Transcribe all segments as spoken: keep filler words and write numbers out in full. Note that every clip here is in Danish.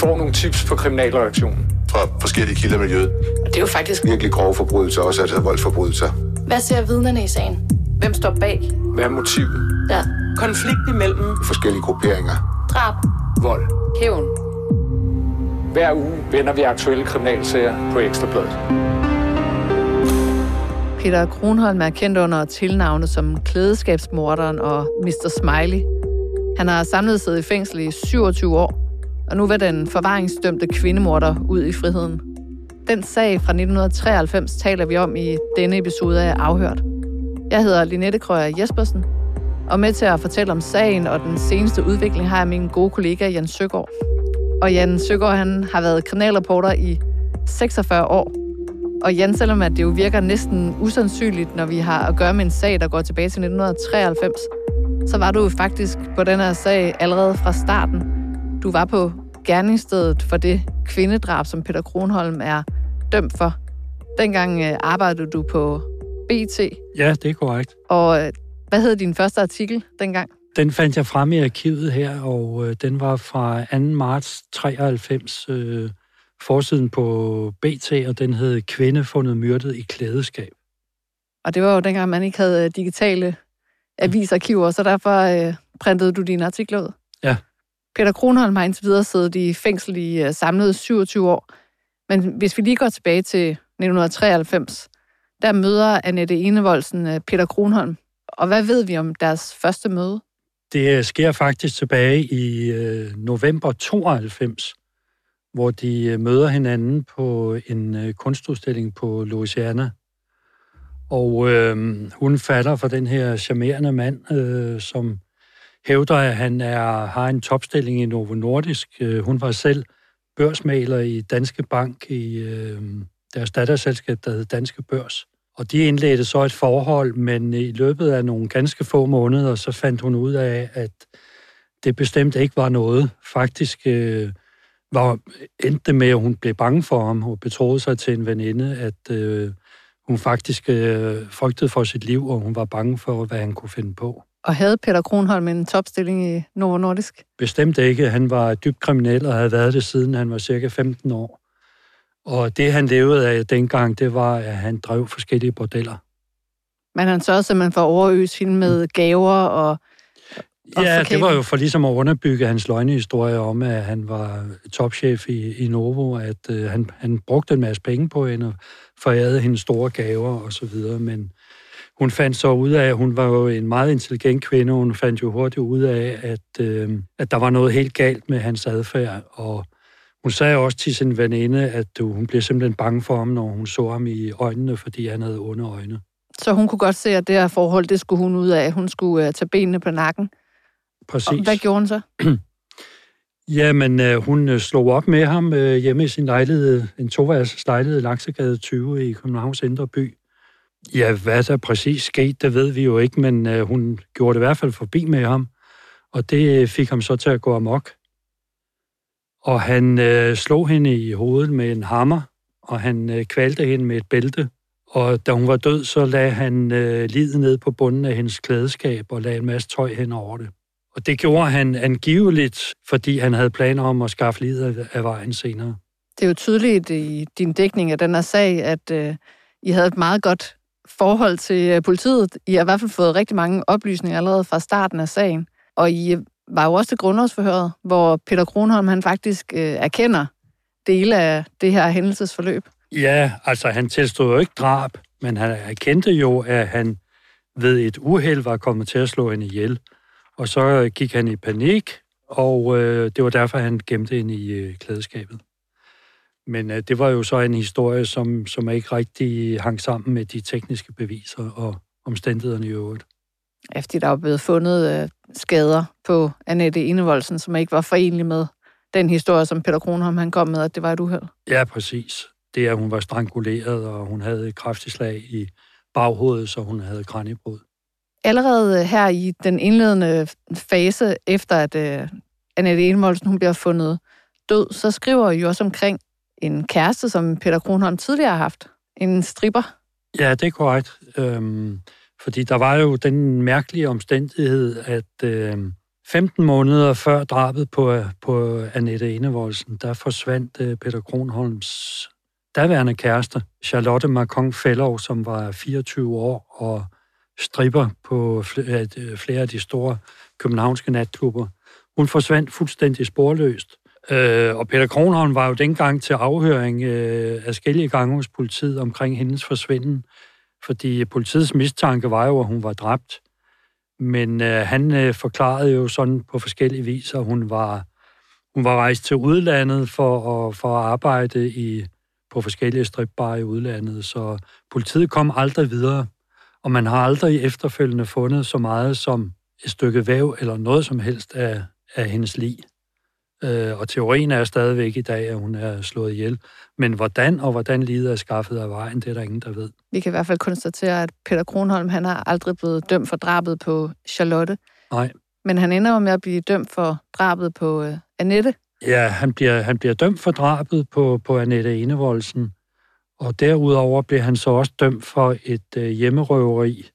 får nogle tips på kriminalreaktionen fra forskellige kilder i miljøet. Og det er jo faktisk virkelig grove forbrydelser, også altså voldsforbrydelser. Hvad ser vidnerne i sagen? Hvem står bag? Hvad er motivet? Ja. Konflikt imellem forskellige grupperinger. Drab. Vold. Hævn. Hver uge vender vi aktuelle kriminalsager på Ekstra Bladet. Peter Kronholm er kendt under tilnavne som klædeskabsmorderen og mister Smiley. Han har samlet siddet i fængsel i syvogtyve år, og nu vil den forvaringsdømte kvindemorder ud i friheden. Den sag fra nitten treoghalvfems taler vi om i denne episode af Afhørt. Jeg hedder Linette Krøyer Jespersen, og med til at fortælle om sagen og den seneste udvikling har jeg min gode kollega Jan Søgaard. Og Jan Søgaard, han har været kriminalreporter i seksogfyrre år. Og Jan, selvom at det jo virker næsten usandsynligt, når vi har at gøre med en sag, der går tilbage til nitten treoghalvfems, så var du jo faktisk på den her sag allerede fra starten. Du var på gerningsstedet for det kvindedrab, som Peter Kronholm er dømt for. Dengang arbejdede du på B T. Ja, det er korrekt. Og hvad hed din første artikel dengang? Den fandt jeg frem i arkivet her, og øh, den var fra anden marts treoghalvfems, øh, forsiden på B T, og den hed Kvinde fundet myrdet i klædeskab. Og det var jo dengang, man ikke havde digitale avisarkiver, så derfor øh, printede du dine artikler ud. Ja. Peter Kronholm har indtil videre siddet i fængsel i øh, samlet syvogtyve år. Men hvis vi lige går tilbage til nitten treoghalvfems, der møder Annette Enevoldsen øh, Peter Kronholm. Og hvad ved vi om deres første møde? Det sker faktisk tilbage i øh, november tooghalvfems, hvor de øh, møder hinanden på en øh, kunstudstilling på Louisiana. Og øh, hun falder for den her charmerende mand, øh, som hævder, at han er, har en topstilling i Novo Nordisk. Øh, hun var selv børsmaler i Danske Bank i øh, deres datterselskab, der hed Danske Børs. Og de indledte så et forhold, men i løbet af nogle ganske få måneder, så fandt hun ud af, at det bestemt ikke var noget. Faktisk øh, var, endte det med, at hun blev bange for ham og betroede sig til en veninde, at øh, hun faktisk øh, frygtede for sit liv, og hun var bange for, hvad han kunne finde på. Og havde Peter Kronholm en topstilling i Novo Nordisk? Bestemt ikke. Han var dybt kriminel og havde været det siden han var cirka femten år. Og det, han levede af dengang, det var, at han drev forskellige bordeller. Men han sørgede simpelthen for at overøse hende med gaver og... og ja, forkæling. Det var jo for ligesom at underbygge hans løgnehistorie om, at han var topchef i, i Novo, at uh, han, han brugte en masse penge på hende og forærede hende store gaver og så videre. Men hun fandt så ud af, at hun var jo en meget intelligent kvinde, og hun fandt jo hurtigt ud af, at, uh, at der var noget helt galt med hans adfærd, og hun sagde også til sin veninde, at hun blev simpelthen bange for ham, når hun så ham i øjnene, fordi han havde onde øjne. Så hun kunne godt se, at det her forhold, det skulle hun ud af. Hun skulle uh, tage benene på nakken. Præcis. Og hvad gjorde hun så? Jamen, uh, hun slog op med ham uh, hjemme i sin lejlighed, en toværelses lejlighed i Laksegade tyve i Københavns Indre By. Ja, hvad der præcis skete, det ved vi jo ikke, men uh, hun gjorde det i hvert fald forbi med ham, og det fik ham så til at gå amok. Og han øh, slog hende i hovedet med en hammer, og han øh, kvalte hende med et bælte. Og da hun var død, så lagde han øh, liget ned på bunden af hendes klædeskab og lagde en masse tøj hen over det. Og det gjorde han angiveligt, fordi han havde planer om at skaffe liget af, af vejen senere. Det er jo tydeligt i din dækning af den her sag, at øh, I havde et meget godt forhold til øh, politiet. I har i hvert fald fået rigtig mange oplysninger allerede fra starten af sagen. Og I var jo også til grundlovsforhøret, hvor Peter Kronholm han faktisk øh, erkender dele af det her hændelsesforløb. Ja, altså han tilstod jo ikke drab, men han erkendte jo, at han ved et uheld var kommet til at slå hende ihjel. Og så gik han i panik, og øh, det var derfor, han gemte hende i øh, klædeskabet. Men øh, det var jo så en historie, som, som ikke rigtig hang sammen med de tekniske beviser og omstændighederne i øvrigt. Efter der var blevet fundet øh, skader på Annette Enevoldsen, som ikke var forenlige med den historie, som Peter Kronholm han kom med, at det var et uheld. Ja, præcis. Det er, at hun var stranguleret, og hun havde et kraftigt slag i baghovedet, så hun havde kranjebrud. Allerede her i den indledende fase, efter at øh, Annette Enevoldsen hun bliver fundet død, så skriver I også omkring en kæreste, som Peter Kronholm tidligere har haft. En stripper. Ja, det er korrekt. Øhm, fordi der var jo den mærkelige omstændighed, at øh, femten måneder før drabet på, på Annette Enevoldsen, der forsvandt uh, Peter Kronholms daværende kæreste, Charlotte Marcon Fellow, som var fireogtyve år og stripper på flere, flere af de store københavnske natklubber. Hun forsvandt fuldstændig sporløst. Øh, og Peter Kronholm var jo dengang til afhøring øh, adskillige gange hos politiet omkring hendes forsvinden, fordi politiets mistanke var jo, at hun var dræbt. Men øh, han øh, forklarede jo sådan på forskellige vis, at hun var, hun var rejst til udlandet for at, for at arbejde i, på forskellige stripbarer i udlandet, så politiet kom aldrig videre, og man har aldrig efterfølgende fundet så meget som et stykke væv eller noget som helst af, af hendes lig. Øh, og teorien er stadigvæk i dag, at hun er slået ihjel. Men hvordan og hvordan livet er skaffet af vejen, det er der ingen, der ved. Vi kan i hvert fald konstatere, at Peter Kronholm, han har aldrig blevet dømt for drabet på Charlotte. Nej. Men han ender jo med at blive dømt for drabet på øh, Annette. Ja, han bliver, han bliver dømt for drabet på, på Annette Enevoldsen. Og derudover bliver han så også dømt for et øh, hjemmerøveri,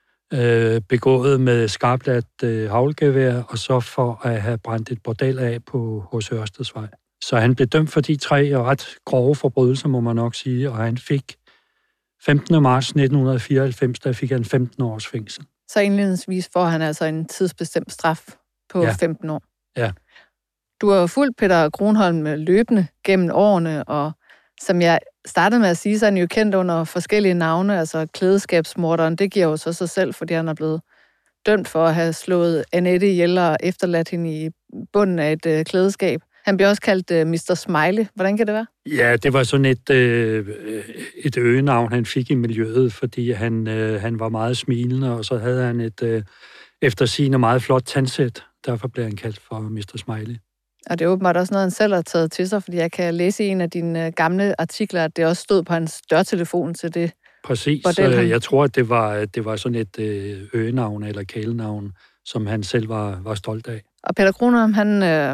øh, begået med skarpladt øh, haglgevær, og så for at have brændt et bordel af på hos Ørstedsvej. Så han blev dømt for de tre ret grove forbrydelser, må man nok sige, og han fik femtende marts nitten fireoghalvfems, der fik han femten års fængsel. Så indledningsvis får han altså en tidsbestemt straf på ja. femten år. Ja. Du har jo fulgt Peter Kronholm løbende gennem årene, og som jeg startede med at sige, så er han jo kendt under forskellige navne, altså klædeskabsmorderen. Det giver jo så sig selv, fordi han er blevet dømt for at have slået Annette ihjel og efterladt hende i bunden af et øh, klædeskab. Han bliver også kaldt øh, mister Smiley. Hvordan kan det være? Ja, det var sådan et, øh, et øgenavn, han fik i miljøet, fordi han, øh, han var meget smilende, og så havde han et øh, eftersigende meget flot tandsæt. Derfor blev han kaldt for mister Smiley. Og det er åbenbart også noget, han selv har taget til sig, fordi jeg kan læse i en af dine gamle artikler, at det også stod på hans dørtelefon til det. Præcis. Bordel, han... Jeg tror, at det var, det var sådan et øgenavn eller kælenavn, som han selv var, var stolt af. Og Peter Kronholm, han øh,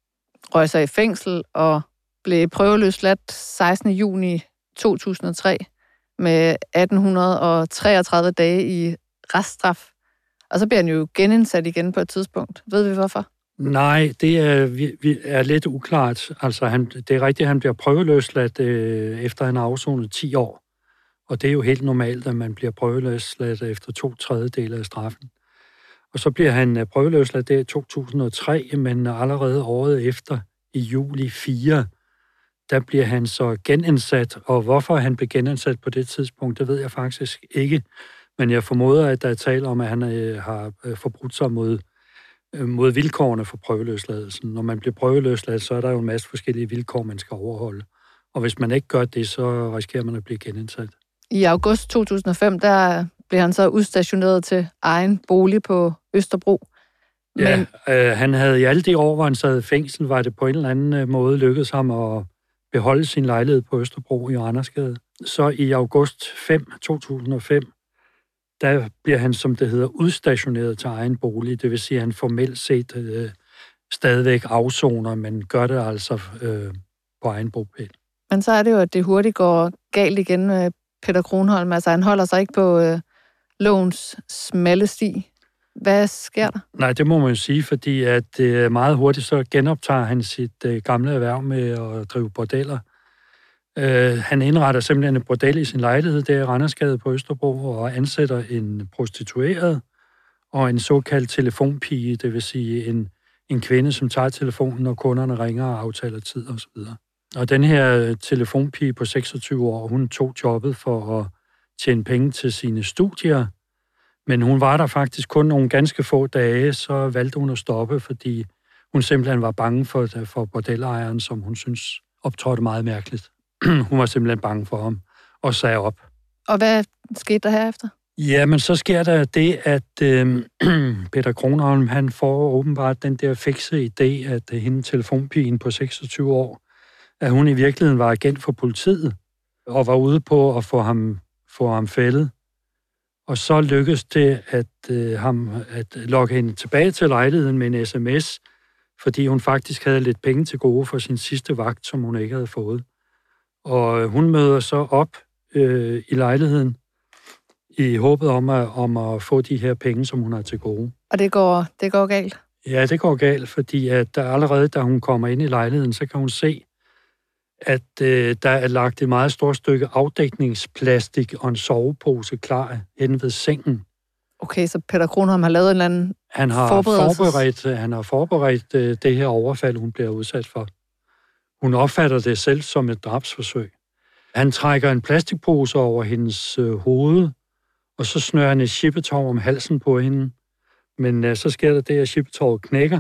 røg sig i fængsel og blev prøveløsladt sekstende juni to tusind og tre med atten treogtredive dage i reststraf. Og så bliver han jo genindsat igen på et tidspunkt. Ved vi hvorfor? Nej, det er, vi, vi er lidt uklart. Altså, han, det er rigtigt, at han bliver prøveløsladt, øh, efter han har afsonet ti år. Og det er jo helt normalt, at man bliver prøveløsladt efter to tredjedele af straffen. Og så bliver han prøveløsladt der i to tusind og tre, men allerede året efter, i juli fire, der bliver han så genindsat. Og hvorfor han blev genindsat på det tidspunkt, det ved jeg faktisk ikke. Men jeg formoder, at der er tale om, at han øh, har øh, forbrudt sig mod mod vilkårene for prøveløsladelsen. Når man bliver prøveløsladt, så er der jo en masse forskellige vilkår, man skal overholde. Og hvis man ikke gør det, så risikerer man at blive genindsat. I august to tusind og fem, der blev han så udstationeret til egen bolig på Østerbro. Men... Ja, øh, han havde i alle de år, hvor han sad i fængsel, var det på en eller anden måde lykkedes ham at beholde sin lejlighed på Østerbro i Randersgade. Så i august to tusind og fem, der bliver han, som det hedder, udstationeret til egen bolig. Det vil sige, at han formelt set øh, stadigvæk afsoner, men gør det altså øh, på egen bopæl. Men så er det jo, at det hurtigt går galt igen med Peter Kronholm. Altså, han holder sig ikke på øh, lovens smalle sti. Hvad sker der? Nej, det må man jo sige, fordi at øh, meget hurtigt så genoptager han sit øh, gamle erhverv med at drive bordeller. Uh, han indretter simpelthen et bordel i sin lejlighed der i Randersgade på Østerbro og ansætter en prostitueret og en såkaldt telefonpige, det vil sige en, en kvinde, som tager telefonen, når kunderne ringer og aftaler tid osv. Og den her telefonpige på seksogtyve år, hun tog jobbet for at tjene penge til sine studier, men hun var der faktisk kun nogle ganske få dage, så valgte hun at stoppe, fordi hun simpelthen var bange for, for bordelejeren, som hun synes optrådte meget mærkeligt. Hun var simpelthen bange for ham og sagde op. Og hvad skete der herefter? Jamen, så sker der det, at øh, Peter Kronholm, han får åbenbart den der fikse idé, at øh, hende telefonpigen på seksogtyve år, at hun i virkeligheden var agent for politiet og var ude på at få ham, få ham fældet. Og så lykkedes det at, øh, ham, at lokke hende tilbage til lejligheden med en sms, fordi hun faktisk havde lidt penge til gode for sin sidste vagt, som hun ikke havde fået. Og hun møder så op øh, i lejligheden i håbet om at, om at få de her penge, som hun har til gode. Og det går, det går galt? Ja, det går galt, fordi at der allerede, da hun kommer ind i lejligheden, så kan hun se, at øh, der er lagt et meget stort stykke afdækningsplastik og en sovepose klar hen ved sengen. Okay, så Peter Kronholm har lavet en eller anden Han har forberedt, han har forberedt øh, det her overfald, hun bliver udsat for. Hun opfatter det selv som et drabsforsøg. Han trækker en plastikpose over hendes øh, hoved, og så snører han et chippetov om halsen på hende. Men øh, så sker der det, at chippetovet knækker.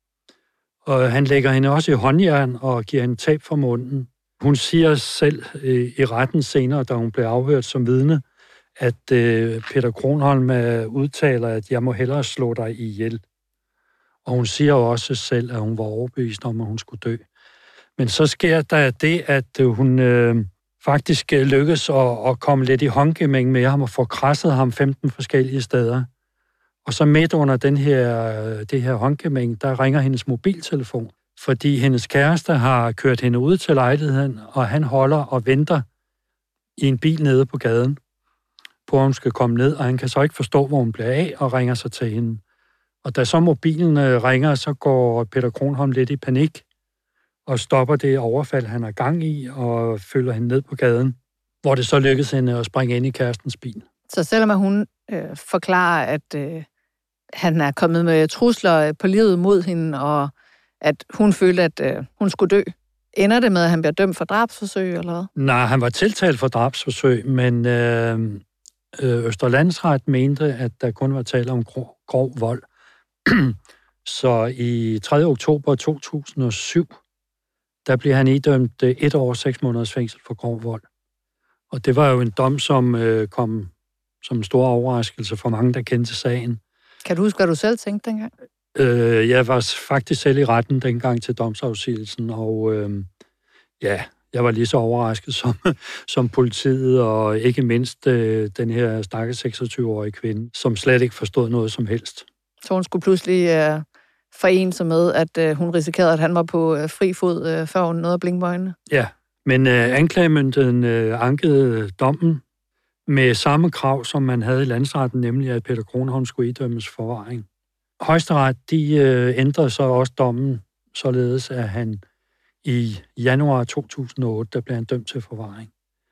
Og han lægger hende også i håndjern og giver hende tab for munden. Hun siger selv øh, i retten senere, da hun blev afhørt som vidne, at øh, Peter Kronholm øh, udtaler, at jeg må hellere slå dig ihjel. Og hun siger også selv, at hun var overbevist om, at hun skulle dø. Men så sker der det, at øh, hun øh, faktisk øh, lykkes at, at komme lidt i håndgemæng med ham og få krasset ham femten forskellige steder. Og så midt under den her, det her håndgemæng, der ringer hendes mobiltelefon, fordi hendes kæreste har kørt hende ud til lejligheden, og han holder og venter i en bil nede på gaden, på at hun skal komme ned, og han kan så ikke forstå, hvor hun bliver af, og ringer så til hende. Og da så mobilen ringer, så går Peter Kronholm lidt i panik, og stopper det overfald, han er gang i, og følger hende ned på gaden, hvor det så lykkes hende at springe ind i kærestens bil. Så selvom hun øh, forklarer, at øh, han er kommet med trusler på livet mod hende, og at hun følte, at øh, hun skulle dø, ender det med, at han bliver dømt for drabsforsøg, eller hvad? Nej, han var tiltalt for drabsforsøg, men øh, Østre Landsret mente, at der kun var tale om grov, grov vold. Så i tredje oktober to tusind og syv, der blev han idømt et år og seks måneders fængsel for grov vold. Og det var jo en dom, som øh, kom som en stor overraskelse for mange, der kendte sagen. Kan du huske, hvad du selv tænkte dengang? Øh, jeg var faktisk selv i retten dengang til domsafsigelsen, og øh, ja, jeg var lige så overrasket som, som politiet, og ikke mindst øh, den her stakke seksogtyve-årige kvinde, som slet ikke forstod noget som helst. Så hun skulle pludselig øh, forene sig med, at øh, hun risikerede, at han var på øh, fri fod, øh, før hun nåede at blinke med øjnene? Ja, men øh, anklagemyndigheden øh, ankede dommen med samme krav, som man havde i landsretten, nemlig at Peter Kronholm skulle idømmes forvaring. Højesteret, de øh, ændrede så også dommen, således at han i januar to tusind og otte, der blev han dømt til forvaring.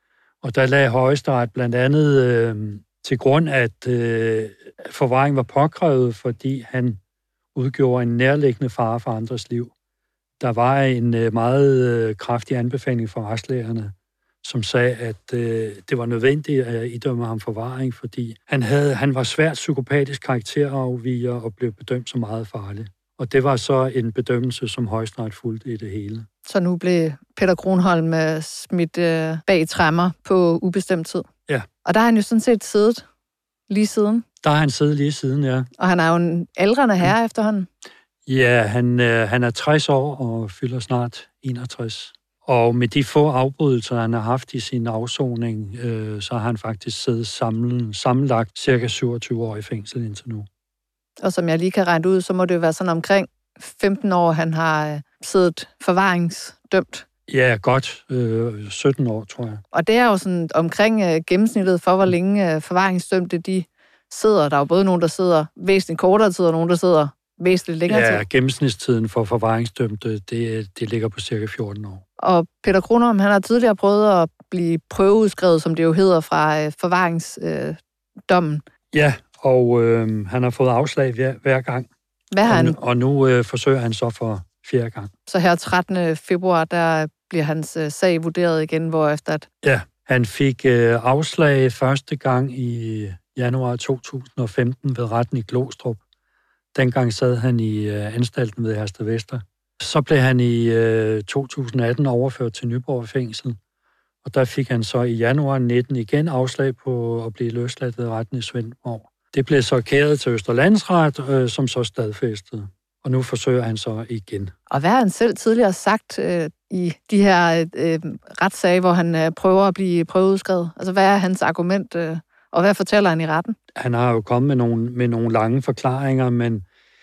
Og der lagde Højesteret blandt andet øh, til grund, at øh, forvaring var påkrævet, fordi han udgjorde en nærliggende fare for andres liv. Der var en øh, meget øh, kraftig anbefaling fra retslægerne, som sagde, at øh, det var nødvendigt at idømme ham forvaring, fordi han, havde, han var svært psykopatisk karakterafviger og blev bedømt som meget farlig. Og det var så en bedømmelse, som Højesteret fulgte i det hele. Så nu blev Peter Kronholm smidt øh, bag tremmer på ubestemt tid? Ja. Og der har han jo sådan set siddet lige siden? Der har han siddet lige siden, ja. Og han er jo en aldrende herre mm. efterhånden? Ja, han, øh, han er tres år og fylder snart enogtres. Og med de få afbrydelser, han har haft i sin afsoning, øh, så har han faktisk siddet samlet, sammenlagt cirka syvogtyve år i fængsel indtil nu. Og som jeg lige kan regne ud, så må det jo være sådan omkring femten år, han har siddet forvaringsdømt. Ja, godt. Øh, sytten år, tror jeg. Og det er jo sådan omkring øh, gennemsnittet for, hvor længe øh, forvaringsdømte de sidder. Der er jo både nogen, der sidder væsentligt kortere tid, og nogen, der sidder væsentligt længere tid. Ja, gennemsnitstiden for forvaringsdømte, det, det ligger på cirka fjorten år. Og Peter Kronholm, han har tidligere prøvet at blive prøveudskrevet, som det jo hedder, fra øh, forvaringsdommen. Øh, ja, og øh, han har fået afslag hver, hver gang. Hvad har han? Og, og nu øh, forsøger han så for fjerde gang. Så her trettende februar, der bliver hans øh, sag vurderet igen, hvorefter at... Ja, han fik øh, afslag første gang i januar to tusind og femten ved retten i Glostrup. Dengang sad han i øh, anstalten ved Herstedvester. Så blev han i øh, to tusind og atten overført til Nyborg fængsel, og der fik han så i januar nitten igen afslag på at blive løsladt ved retten i Svendborg. Det blev så kæret til Østre Landsret, øh, som så stadfæstede, og nu forsøger han så igen. Og hvad har han selv tidligere sagt øh, i de her øh, retssager, hvor han øh, prøver at blive prøveudskrevet? Altså, hvad er hans argument, øh, og hvad fortæller han i retten? Han har jo kommet med nogle, med nogle lange forklaringer, men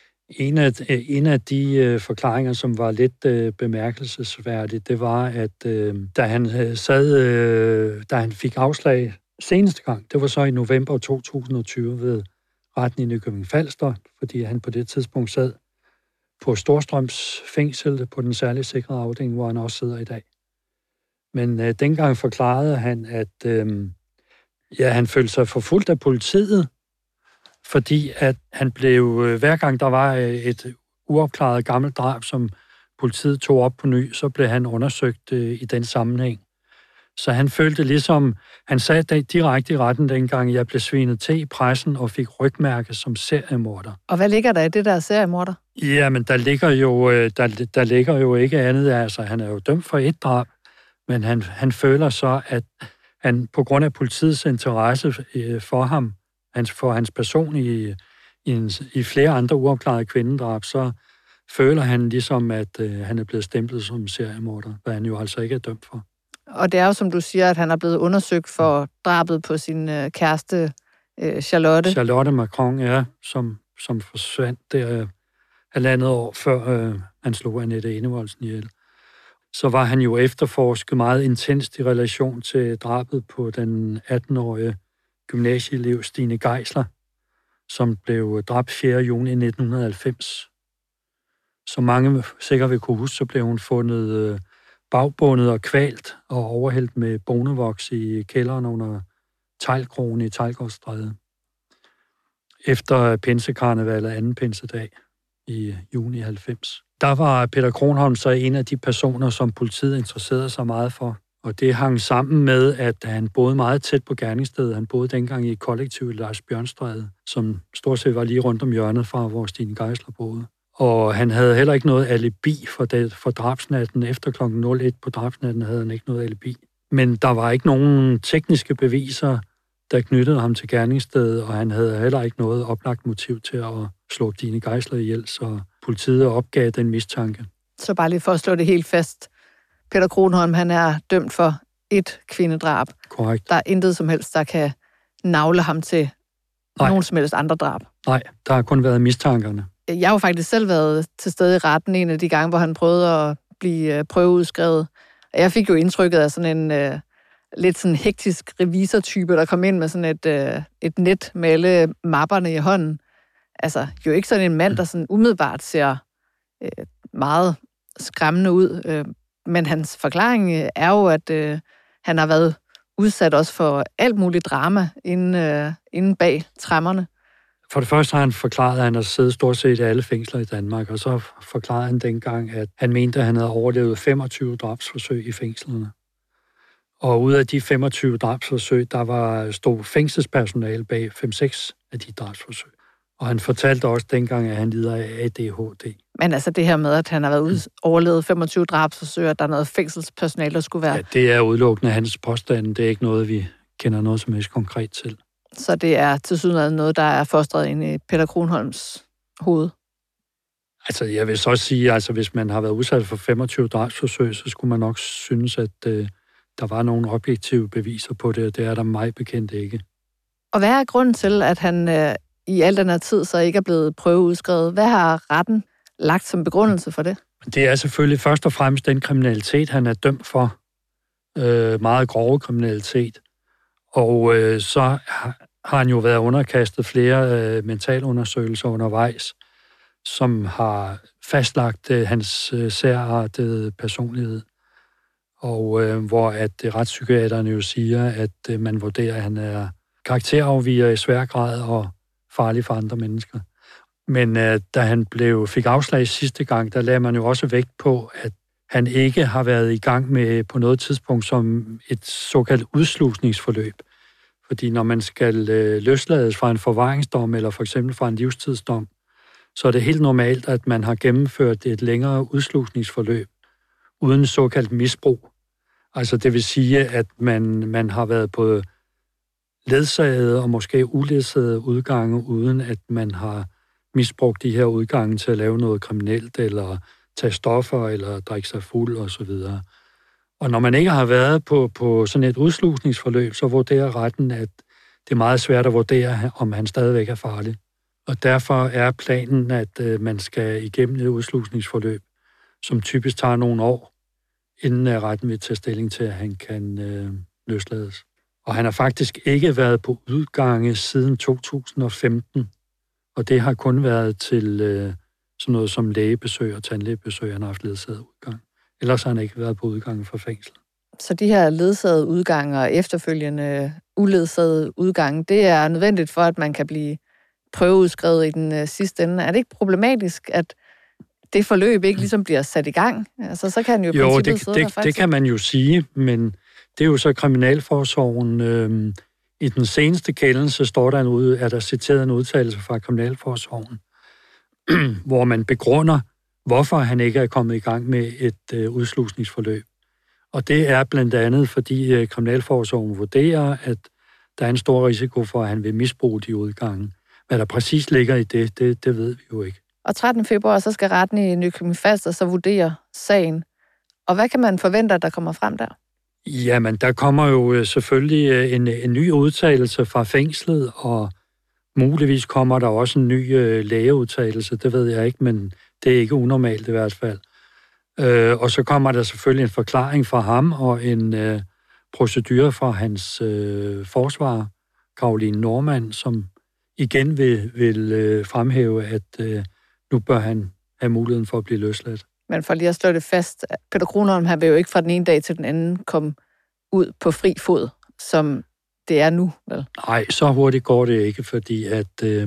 En af, en af de øh, forklaringer, som var lidt øh, bemærkelsesværdigt, det var, at øh, da han øh, sad, øh, da han fik afslag seneste gang, det var så i november to tusind og tyve ved retten i Nykøbing Falster, fordi han på det tidspunkt sad på Storstrøms fængsel på den særligt sikrede afdeling, hvor han også sidder i dag. Men øh, dengang forklarede han, at øh, ja, han følte sig forfulgt af politiet, fordi at han blev, øh, hver gang der var et uopklaret gammelt drab, som politiet tog op på ny, så blev han undersøgt øh, i den sammenhæng. Så han følte ligesom, han sagde direkte i retten dengang, jeg blev svinet til i pressen og fik rygmærke som seriemorder. Og hvad ligger der i det der seriemorder? Jamen, der ligger jo, der, der ligger jo ikke andet. Altså, han er jo dømt for et drab, men han, han føler så, at han på grund af politiets interesse for ham, for hans person i, i, en, i flere andre uopklarede kvindedrab, så føler han ligesom, at øh, han er blevet stemplet som seriemorder, hvad han jo altså ikke er dømt for. Og det er jo, som du siger, at han er blevet undersøgt for drabet på sin øh, kæreste øh, Charlotte. Charlotte Macron, ja, som, som forsvandt der halvandet år før øh, han slog Annette Enevoldsen ihjel. Så var han jo efterforsket meget intenst i relation til drabet på den atten-årige gymnasieelev Stine Geisler, som blev dræbt fjerde juni nitten halvfems. Som mange sikkert vil kunne huske, så blev hun fundet øh, bagbundet og kvalt og overhældt med bonevoks i kælderen under Teglkrogen i Teglgårdstræde. Efter pinsekarnevalet anden pinsedag i juni halvfems. Der var Peter Kronholm så en af de personer, som politiet interesserede sig meget for. Og det hang sammen med, at han boede meget tæt på gerningsstedet. Han boede dengang i kollektivet Lars Bjørnstræde, som stort set var lige rundt om hjørnet fra, hvor Stine Geisler boede. Og han havde heller ikke noget alibi for, det, for drabsnatten. Efter klokken nul et på drabsnatten havde han ikke noget alibi. Men der var ikke nogen tekniske beviser, der knyttede ham til gerningsstedet, og han havde heller ikke noget oplagt motiv til at slå Stine Geisler ihjel, så politiet opgav den mistanke. Så bare lige for at slå det helt fast. Peter Kronholm, han er dømt for et kvindedrab. Korrekt. Der er intet som helst, der kan navle ham til Nej. nogen som helst andre drab. Nej, der har kun været mistankerne. Jeg har jo faktisk selv været til stede i retten en af de gange, hvor han prøvede at blive prøveudskrevet. Og jeg fik jo indtrykket af sådan en uh, lidt sådan hektisk revisortype, der kom ind med sådan et, uh, et net med alle mapperne i hånden. Altså, jo ikke sådan en mand, der sådan umiddelbart ser uh, meget skræmmende ud. Uh, men hans forklaring uh, er jo, at uh, han har været udsat også for alt muligt drama inde, uh, inde bag tremmerne. For det første har han forklaret, at han har siddet stort set i alle fængsler i Danmark, og så forklarede han dengang, at han mente, at han havde overlevet femogtyve drabsforsøg i fængslerne. Og ud af de femogtyve drabsforsøg, der var stod fængselspersonale bag fem seks af de drabsforsøg. Og han fortalte også dengang, at han lider af A D H D. Men altså det her med, at han har været ude, overlevet femogtyve drabsforsøg, og der er noget fængselspersonale, der skulle være... Ja, det er udelukkende hans påstand. Det er ikke noget, vi kender noget som helst konkret til. Så det er tilsyneladende noget, der er fostret ind i Peter Kronholms hoved? Altså, jeg vil så sige, altså hvis man har været udsat for femogtyve drabsforsøg, så skulle man nok synes, at øh, der var nogle objektive beviser på det, og det er der mig bekendt ikke. Og hvad er grunden til, at han øh, i al den her tid så ikke er blevet prøveudskrevet? Hvad har retten lagt som begrundelse for det? Det er selvfølgelig først og fremmest den kriminalitet, han er dømt for. Øh, meget grove kriminalitet. Og øh, så har han jo været underkastet flere øh, mentalundersøgelser undervejs, som har fastlagt øh, hans øh, særartede personlighed. Og øh, hvor at øh, retspsykiaterne jo siger, at øh, man vurderer, at han er karakterafviger i svær grad og farlig for andre mennesker. Men øh, da han blev, fik afslag sidste gang, der lagde man jo også vægt på, at han ikke har været i gang med på noget tidspunkt som et såkaldt udslusningsforløb. Fordi når man skal øh, løslades fra en forvaringsdom eller for eksempel fra en livstidsdom, så er det helt normalt, at man har gennemført et længere udslusningsforløb uden såkaldt misbrug. Altså det vil sige, at man, man har været på ledsagede og måske uledsagede udgange, uden at man har misbrugt de her udgange til at lave noget kriminelt, eller tage stoffer, eller drikke sig fuld osv. Og når man ikke har været på, på sådan et udslusningsforløb, så vurderer retten, at det er meget svært at vurdere, om han stadigvæk er farlig. Og derfor er planen, at øh, man skal igennem et udslusningsforløb, som typisk tager nogle år, inden retten vil tage stilling til, at han kan øh, løslades. Og han har faktisk ikke været på udgange siden to tusind og femten, og det har kun været til øh, sådan noget som lægebesøg og tandlægebesøg, han har haft ledsaget udgang. Ellers har han ikke været på udgangen fra fængslet. Så de her ledsagede udgange og efterfølgende uledsagede udgange, det er nødvendigt for, at man kan blive prøveudskrevet i den sidste ende. Er det ikke problematisk, at det forløb ikke ligesom bliver sat i gang? Altså, så kan han jo i jo, princippet det, sidde det, der faktisk. det kan man jo sige, men det er jo så Kriminalforsorgen. Øh, I den seneste kendelse står der en ud, er der citeret en udtalelse fra Kriminalforsorgen, hvor man begrunder, hvorfor han ikke er kommet i gang med et øh, udslusningsforløb. Og det er blandt andet, fordi øh, Kriminalforsorgen vurderer, at der er en stor risiko for, at han vil misbruge de udgange. Hvad der præcis ligger i det, det, det ved vi jo ikke. Og trettende februar, så skal retten i Nykøbing Falster så vurdere sagen. Og hvad kan man forvente, at der kommer frem der? Jamen, der kommer jo selvfølgelig en, en ny udtalelse fra fængslet, og muligvis kommer der også en ny øh, lægeudtalelse, det ved jeg ikke, men det er ikke unormalt i hvert fald. Øh, og så kommer der selvfølgelig en forklaring fra ham, og en øh, procedure fra hans øh, forsvarer, Caroline Normann, som igen vil, vil øh, fremhæve, at øh, nu bør han have muligheden for at blive løsladt. Men for lige at slå det fast, Peter Kronholm, han vil jo ikke fra den ene dag til den anden komme ud på fri fod, som det er nu, vel? Nej, så hurtigt går det ikke, fordi at øh,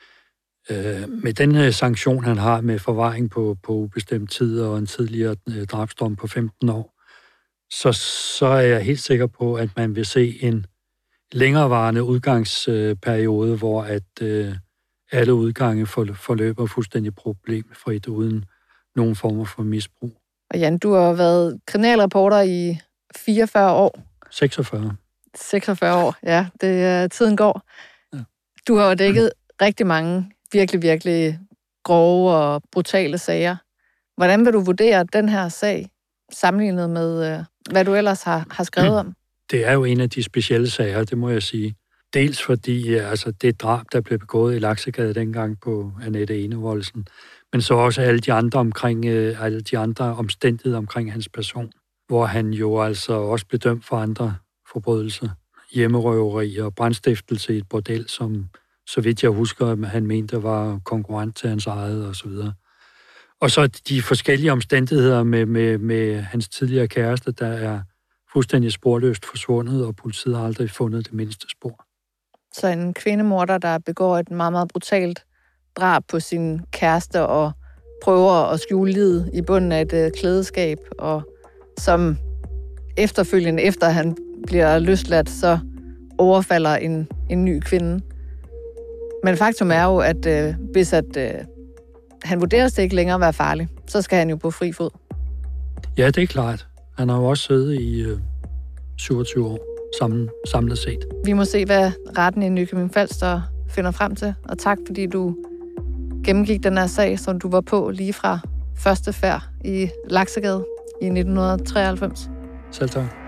øh, med den sanktion, han har med forvaring på, på ubestemt tid og en tidligere øh, drabsdom på femten år, så, så er jeg helt sikker på, at man vil se en længerevarende udgangsperiode, øh, hvor at øh, alle udgange forløber fuldstændig problemfrit uden nogen former for misbrug. Og Jan, du har været kriminalreporter i fireogfyrre år. seksogfyrre. seksogfyrre år, ja. Det, tiden går. Ja. Du har jo dækket rigtig mange virkelig, virkelig grove og brutale sager. Hvordan vil du vurdere den her sag, sammenlignet med, hvad du ellers har, har skrevet om? Det er jo en af de specielle sager, det må jeg sige. Dels fordi altså, det drab, der blev begået i Laksegade dengang på Annette Enevoldsen, men så også alle de andre omkring, øh, alle de andre omstændigheder omkring hans person, hvor han jo altså også blev dømt for andre forbrydelser. Hjemmerøveri og brandstiftelse i et bordel, som så vidt jeg husker, han mente var konkurrent til hans eget og så videre. Og så de forskellige omstændigheder med, med, med hans tidligere kæreste, der er fuldstændig sporløst forsvundet, og politiet har aldrig fundet det mindste spor. Så en kvindemorder, der begår et meget, meget brutalt drab på sin kæreste og prøver at skjule livet i bunden af et øh, klædeskab, og som efterfølgende, efter han bliver løsladt, så overfalder en, en ny kvinde. Men faktum er jo, at øh, hvis at, øh, han vurderes det ikke længere at være farlig, så skal han jo på fri fod. Ja, det er klart. Han har jo også siddet i øh, syvogtyve år sammen, samlet set. Vi må se, hvad retten i Nykøbing Falster finder frem til, og tak fordi du gennemgik den her sag, som du var på lige fra første færd i Laksegade i nitten treoghalvfems. Selv tak.